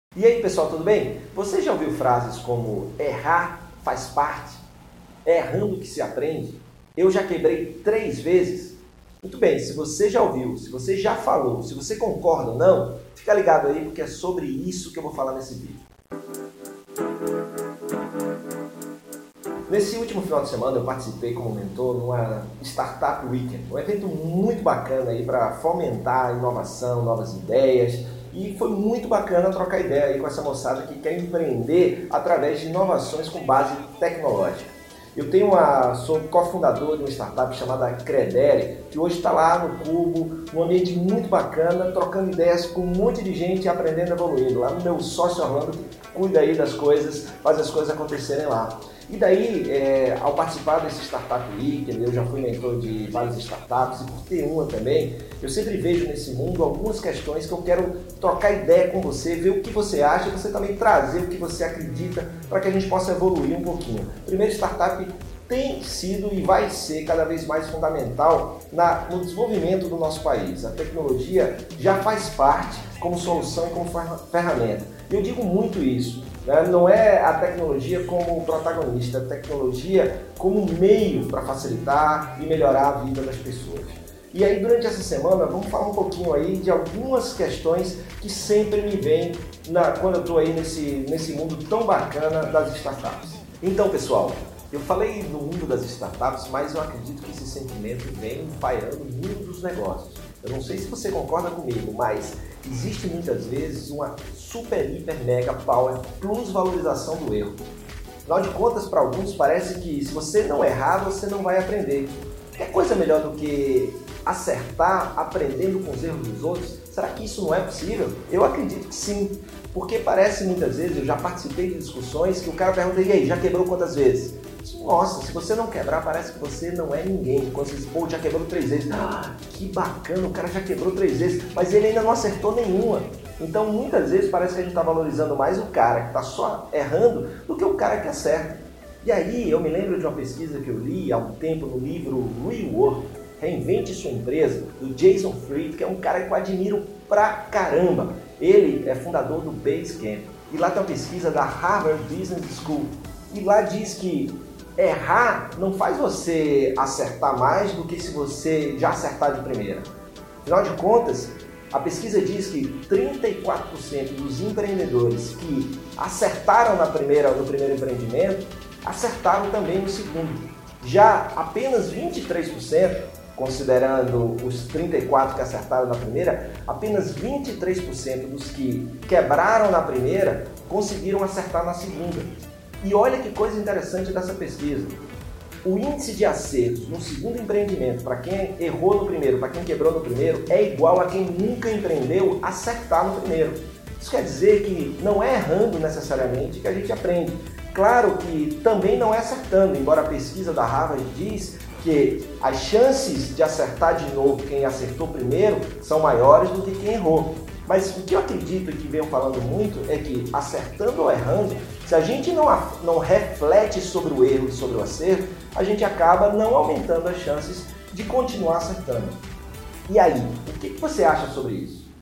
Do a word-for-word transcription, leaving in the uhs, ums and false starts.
E aí pessoal, tudo bem? Você já ouviu frases como errar faz parte? É errando que se aprende? Eu já quebrei três vezes? Muito bem, se você já ouviu, se você já falou, se você concorda ou não, fica ligado aí porque é sobre isso que eu vou falar nesse vídeo. Nesse último final de semana eu participei como mentor numa Startup Weekend, um evento muito bacana aí para fomentar a inovação, novas ideias. E foi muito bacana trocar ideia aí com essa moçada que quer empreender através de inovações com base tecnológica. Eu tenho uma, sou cofundador de uma startup chamada Credere, que hoje está lá no Cubo, num ambiente muito bacana, trocando ideias com um monte de gente, aprendendo e evoluindo. Lá no meu sócio Orlando, que cuida aí das coisas, faz as coisas acontecerem lá. E daí, é, ao participar desse Startup Week, eu já fui mentor de várias startups e por ter uma também, eu sempre vejo nesse mundo algumas questões que eu quero trocar ideia com você, ver o que você acha e você também trazer o que você acredita para que a gente possa evoluir um pouquinho. Primeiro, startup tem sido e vai ser cada vez mais fundamental na, no desenvolvimento do nosso país. A tecnologia já faz parte como solução e como ferramenta. Eu digo muito isso. Não é a tecnologia como protagonista, a tecnologia como meio para facilitar e melhorar a vida das pessoas. E aí, durante essa semana, vamos falar um pouquinho aí de algumas questões que sempre me vêm na, quando eu estou aí nesse, nesse mundo tão bacana das startups. Então, pessoal, eu falei no mundo das startups, mas eu acredito que esse sentimento vem pairando no mundo dos negócios. Eu não sei se você concorda comigo, mas existe muitas vezes uma super, hiper, mega power plus valorização do erro. Afinal de contas, para alguns parece que se você não errar, você não vai aprender. É coisa melhor do que acertar aprendendo com os erros dos outros? Será que isso não é possível? Eu acredito que sim, porque parece muitas vezes, eu já participei de discussões que o cara pergunta, e aí, já quebrou quantas vezes? Nossa, se você não quebrar, parece que você não é ninguém. Quando você diz, pô, já quebrou três vezes. Ah, que bacana, o cara já quebrou três vezes, mas ele ainda não acertou nenhuma. Então, muitas vezes, parece que a gente está valorizando mais o cara que está só errando do que o cara que acerta. E aí, eu me lembro de uma pesquisa que eu li há um tempo no livro Rework, Reinvente Sua Empresa, do Jason Fried, que é um cara que eu admiro pra caramba. Ele é fundador do Basecamp. E lá tem uma pesquisa da Harvard Business School. E lá diz que errar não faz você acertar mais do que se você já acertar de primeira. Afinal de contas, a pesquisa diz que trinta e quatro por cento dos empreendedores que acertaram na primeira, no primeiro empreendimento, acertaram também no segundo. Já apenas vinte e três por cento, considerando os trinta e quatro por cento que acertaram na primeira, apenas vinte e três por cento dos que quebraram na primeira conseguiram acertar na segunda. E olha que coisa interessante dessa pesquisa. O índice de acertos no segundo empreendimento, para quem errou no primeiro, para quem quebrou no primeiro, é igual a quem nunca empreendeu acertar no primeiro. Isso quer dizer que não é errando necessariamente que a gente aprende. Claro que também não é acertando, embora a pesquisa da Harvard diz que as chances de acertar de novo quem acertou primeiro são maiores do que quem errou. Mas o que eu acredito e que venho falando muito é que, acertando ou errando, se a gente não, não reflete sobre o erro e sobre o acerto, a gente acaba não aumentando as chances de continuar acertando. E aí, o que você acha sobre isso?